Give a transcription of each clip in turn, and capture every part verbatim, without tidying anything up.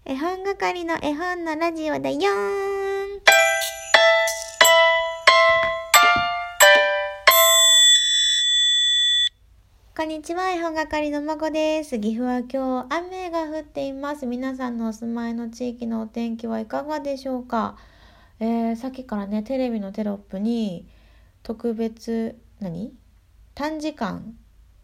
絵本係の絵本のラジオだよーん。こんにちは、絵本係のまこです。岐阜は今日雨が降っています。皆さんのお住まいの地域のお天気はいかがでしょうか。えー、さっきからねテレビのテロップに特別何短時間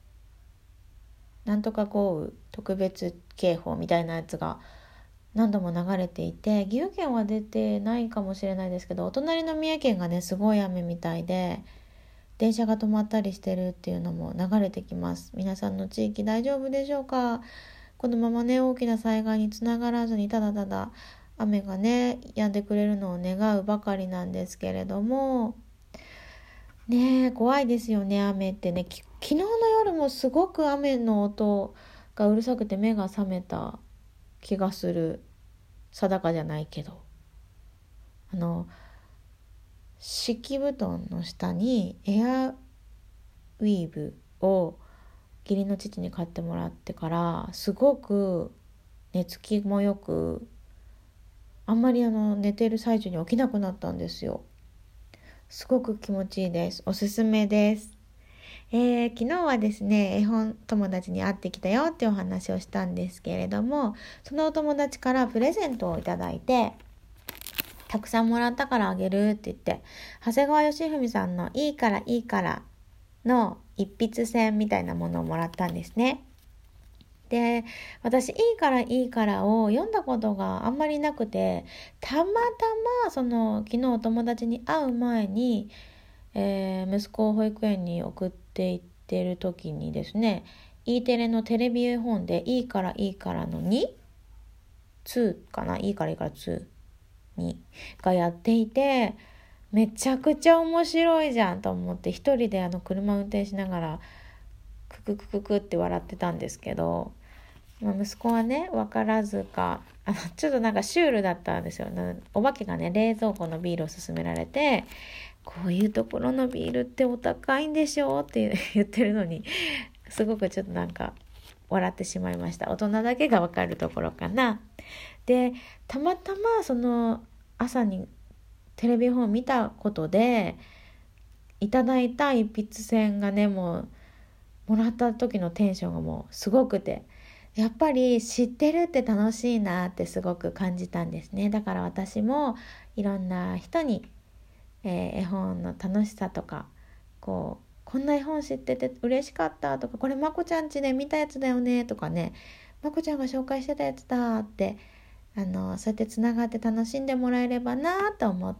なんとか豪雨特別警報みたいなやつが何度も流れていて、岐阜県は出てないかもしれないですけど、お隣の三重県がねすごい雨みたいで電車が止まったりしてるっていうのも流れてきます。皆さんの地域大丈夫でしょうか。このままね大きな災害につながらずにただただ雨がね止んでくれるのを願うばかりなんですけれどもねえ、怖いですよね雨ってね。き昨日の夜もすごく雨の音がうるさくて目が覚めた気がする。定かじゃないけど、あの敷布団の下にエアウィーヴを義理の父に買ってもらってからすごく寝つきもよく、あんまりあの寝てる最中に起きなくなったんですよ。すごく気持ちいいです。おすすめです。えー、昨日はですね絵本友達に会ってきたよってお話をしたんですけれども、そのお友達からプレゼントをいただいて、たくさんもらったからあげるって言って、長谷川義文さんのいいからいいからの一筆箋みたいなものをもらったんですね。で、私いいからいいからを読んだことがあんまりなくて、たまたまその昨日お友達に会う前に、えー、息子を保育園に送って行ってる時にですね、E テレのテレビ絵本でいいからいいからのに、にかな、いいからいいからににがやっていて、めちゃくちゃ面白いじゃんと思って一人であの車運転しながらクククククって笑ってたんですけど、まあ、息子はね分からずかあのちょっとなんかシュールだったんですよ。お化けがね冷蔵庫のビールを勧められて、こういうところのビールってお高いんでしょって言ってるのにすごくちょっとなんか笑ってしまいました。大人だけが分かるところかな。で、たまたまその朝にテレビ本を見たことでいただいた一筆箋がね、もうもらった時のテンションがもうすごくて、やっぱり知ってるって楽しいなってすごく感じたんですね。だから私もいろんな人に、えー絵本の楽しさとか、こうこんな絵本知ってて嬉しかったとか、これまこちゃん家で見たやつだよねとかね、まこちゃんが紹介してたやつだって、あのそうやってつながって楽しんでもらえればなと思って、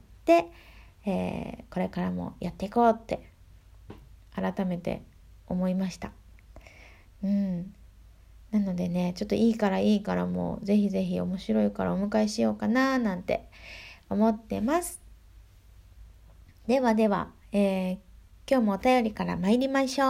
えーこれからもやっていこうって改めて思いました。うんなのでね、ちょっといいからいいからもうぜひぜひ面白いからお迎えしようかななんて思ってます。ではでは、えー今日もお便りから参りましょう。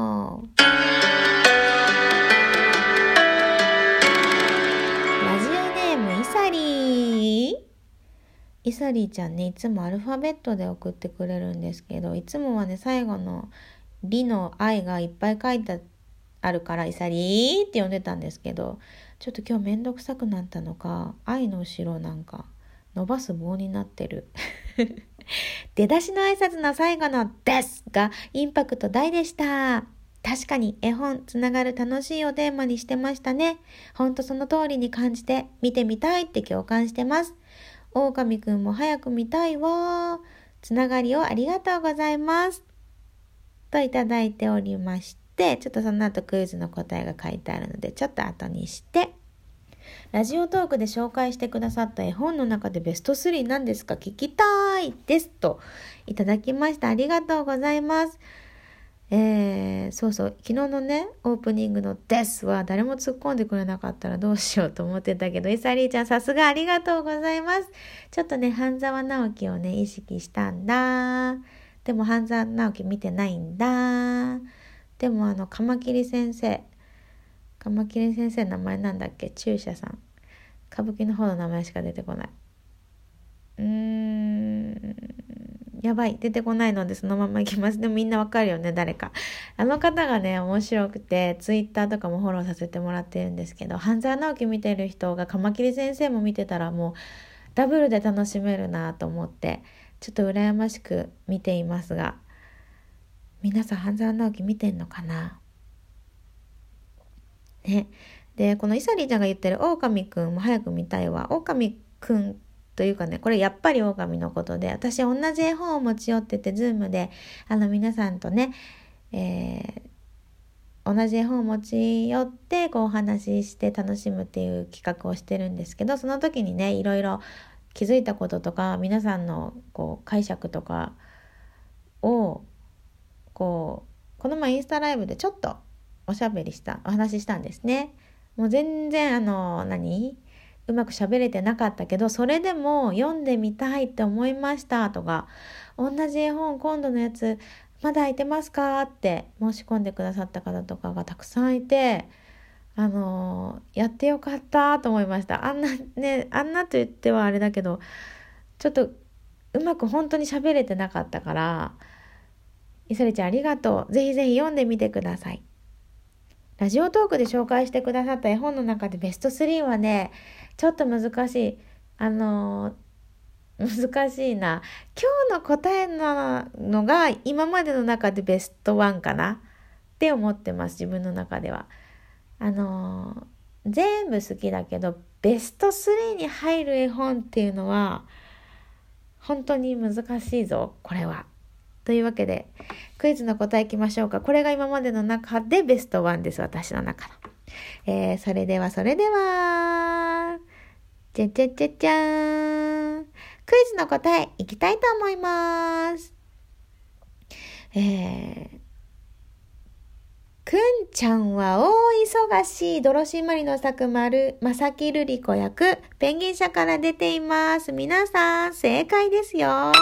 ラジオネームイサリー。イサリーちゃんね、いつもアルファベットで送ってくれるんですけど、いつもはね最後のリの愛がいっぱい書いてあるからイサリーって呼んでたんですけど、ちょっと今日めんどくさくなったのか、愛の後ろなんか伸ばす棒になってる出だしの挨拶の最後のですがインパクト大でした。確かに絵本つながる楽しいをテーマにしてましたね。ほんとその通りに感じて見てみたいって共感してます。狼くんも早く見たいわ。つながりをありがとうございますといただいておりまして、ちょっとその後クイズの答えが書いてあるのでちょっと後にして、ラジオトークで紹介してくださった絵本の中でベストスリー何ですか聞きたいですといただきました。ありがとうございます。えー、そうそう、昨日のねオープニングのですは誰も突っ込んでくれなかったらどうしようと思ってたけど、イサリーちゃんさすがありがとうございます。ちょっとね半沢直樹をね意識したんだ。でも半沢直樹見てないんだ。でもあのカマキリ先生カマキリ先生の名前なんだっけ、中車さん、歌舞伎の方の名前しか出てこない。うーんやばい、出てこないのでそのままいきます。でもみんなわかるよね、誰か。あの方がね、面白くて、ツイッターとかもフォローさせてもらってるんですけど、半沢直樹見てる人がカマキリ先生も見てたらもうダブルで楽しめるなと思って、ちょっと羨ましく見ていますが、皆さん半沢直樹見てんのかなね。で、このイサリーちゃんが言ってる狼くんも早く見たいわ。狼くんというかね、これやっぱり狼のことで、私同じ絵本を持ち寄ってて、ズームであの皆さんとね、えー、同じ絵本を持ち寄ってこうお話しして楽しむっていう企画をしてるんですけど、その時にね、いろいろ気づいたこととか皆さんのこう解釈とかをこうこの前インスタライブでちょっとおしゃべりしたお話ししたんですね。もう全然あの何うまく喋れてなかったけど、それでも読んでみたいって思いましたとか、同じ絵本今度のやつまだ空いてますかって申し込んでくださった方とかがたくさんいて、あのやってよかったと思いました。あんなね、あんなと言ってはあれだけど、ちょっとうまく本当に喋れてなかったから、いさりちゃんありがとう。ぜひぜひ読んでみてください。ラジオトークで紹介してくださった絵本の中でベストスリーはね、ちょっと難しい。あのー、難しいな。今日の答えののが今までの中でベストワンかなって思ってます、自分の中では。あのー、全部好きだけど、ベストスリーに入る絵本っていうのは、本当に難しいぞ、これは。というわけで、クイズの答えいきましょうか。これが今までの中でベストワンです、私の中の。えー、それではそれでは、じゃじゃじゃじゃーん。クイズの答えいきたいと思います。えー、くんちゃんは大忙しい。ドロシーマリの作丸、まさきるり子役、ペンギン社から出ています。皆さん、正解ですよ。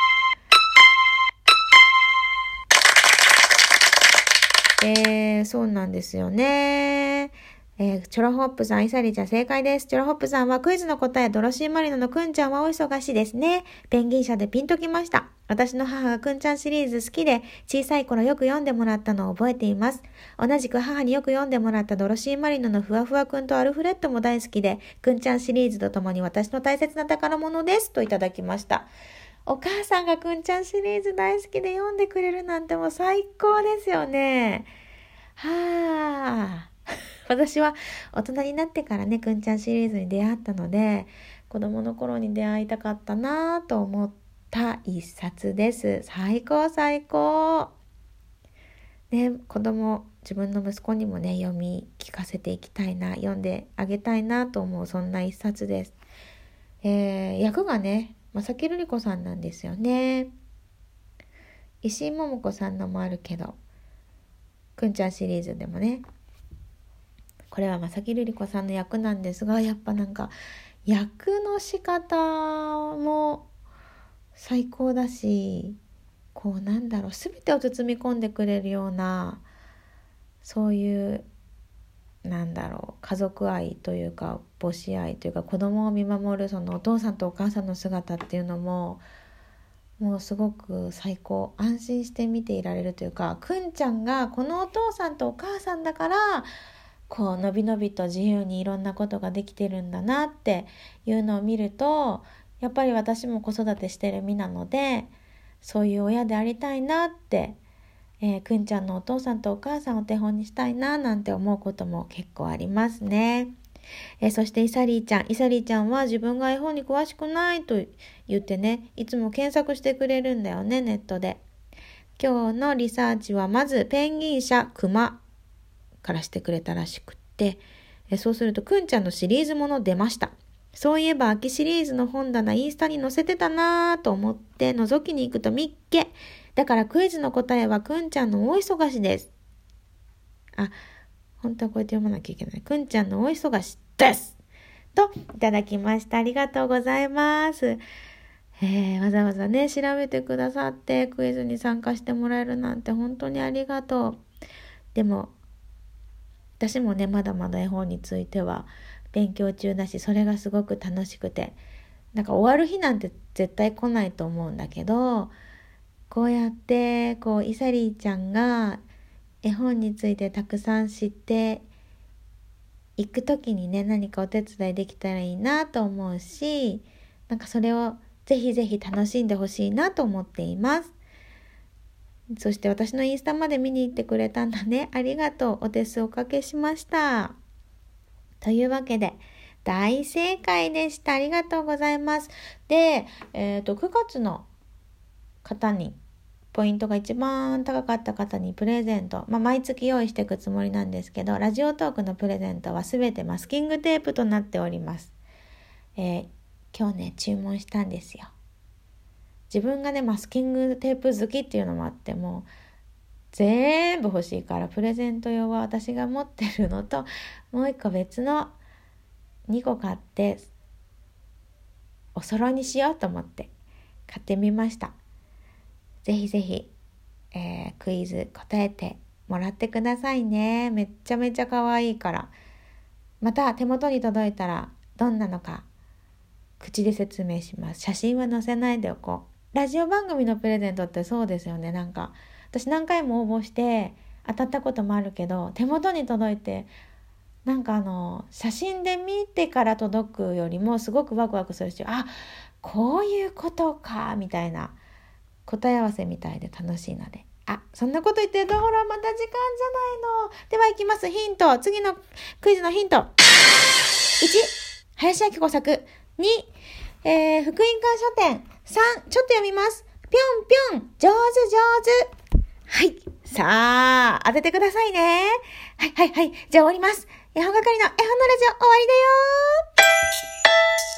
えー、そうなんですよね。えー、チョロホップさん、イサリちゃん正解です。チョロホップさんはクイズの答え、ドロシーマリノのくんちゃんはお忙しいですね。ペンギン社でピンときました。私の母がくんちゃんシリーズ好きで、小さい頃よく読んでもらったのを覚えています。同じく母によく読んでもらったドロシーマリノのふわふわくんとアルフレッドも大好きで、くんちゃんシリーズとともに私の大切な宝物です。といただきました。お母さんがくんちゃんシリーズ大好きで読んでくれるなんてもう最高ですよね。はあ。私は大人になってからね、くんちゃんシリーズに出会ったので、子供の頃に出会いたかったなと思った一冊です。最高最高。ね、子供、自分の息子にもね、読み聞かせていきたいな、読んであげたいなと思う、そんな一冊です。えー、役がね、まさきるり子さんなんですよね。石井桃子さんのもあるけど、くんちゃんシリーズでもね、これはまさきるり子さんの役なんですが、やっぱなんか役の仕方も最高だし、こうなんだろう、全てを包み込んでくれるような、そういうなんだろう、家族愛というか母子愛というか、子供を見守るそのお父さんとお母さんの姿っていうのももうすごく最高、安心して見ていられるというか、くんちゃんがこのお父さんとお母さんだからこうのびのびと自由にいろんなことができてるんだなっていうのを見ると、やっぱり私も子育てしてる身なので、そういう親でありたいなって、えー、くんちゃんのお父さんとお母さんを手本にしたいななんて思うことも結構ありますね。えー、そしてイサリーちゃんイサリーちゃんは自分が絵本に詳しくないと言ってね、いつも検索してくれるんだよね、ネットで。今日のリサーチはまずペンギン社クマからしてくれたらしくって、えー、そうするとくんちゃんのシリーズもの出ました。そういえば秋シリーズの本棚インスタに載せてたなと思って覗きに行くとみっけ。だからクイズの答えはくんちゃんの大忙しです。あ、本当はこうやって読まなきゃいけない。くんちゃんの大忙しですといただきました。ありがとうございます。えー、わざわざね調べてくださってクイズに参加してもらえるなんて本当にありがとう。でも私もねまだまだ絵本については勉強中だし、それがすごく楽しくて、なんか終わる日なんて絶対来ないと思うんだけど、 こうやってこうイサリーちゃんが絵本についてたくさん知っていくときにね、何かお手伝いできたらいいなと思うし、なんかそれをぜひぜひ楽しんでほしいなと思っています。そして私のインスタまで見に行ってくれたんだね。ありがとう。お手数おかけしました。というわけで大正解でした。ありがとうございます。で、えーと、くがつの方にポイントが一番高かった方にプレゼント、まあ、毎月用意していくつもりなんですけど、ラジオトークのプレゼントはすべてマスキングテープとなっております。えー、今日ね注文したんですよ。自分がねマスキングテープ好きっていうのもあって、もう全部欲しいからプレゼント用は私が持ってるのともう一個別のにこ買ってお揃いにしようと思って買ってみました。ぜひぜひ、えー、クイズ答えてもらってくださいね。めっちゃめちゃ可愛いから。また手元に届いたらどんなのか口で説明します。写真は載せないでおこう。ラジオ番組のプレゼントってそうですよね。なんか私何回も応募して当たったこともあるけど、手元に届いてなんかあの写真で見てから届くよりもすごくワクワクするし、あ、こういうことかみたいな答え合わせみたいで楽しいので、あ、そんなこと言ってるとほらまた時間じゃないの。ではいきます。ヒント、次のクイズのヒント。いち、林家子作。に、えー、福音館書店。さん、ちょっと読みます。ぴょんぴょん、上手上手。はい。さあ、当ててくださいね。はいはいはい。じゃあ終わります。絵本係の絵本のラジオ終わりだよー。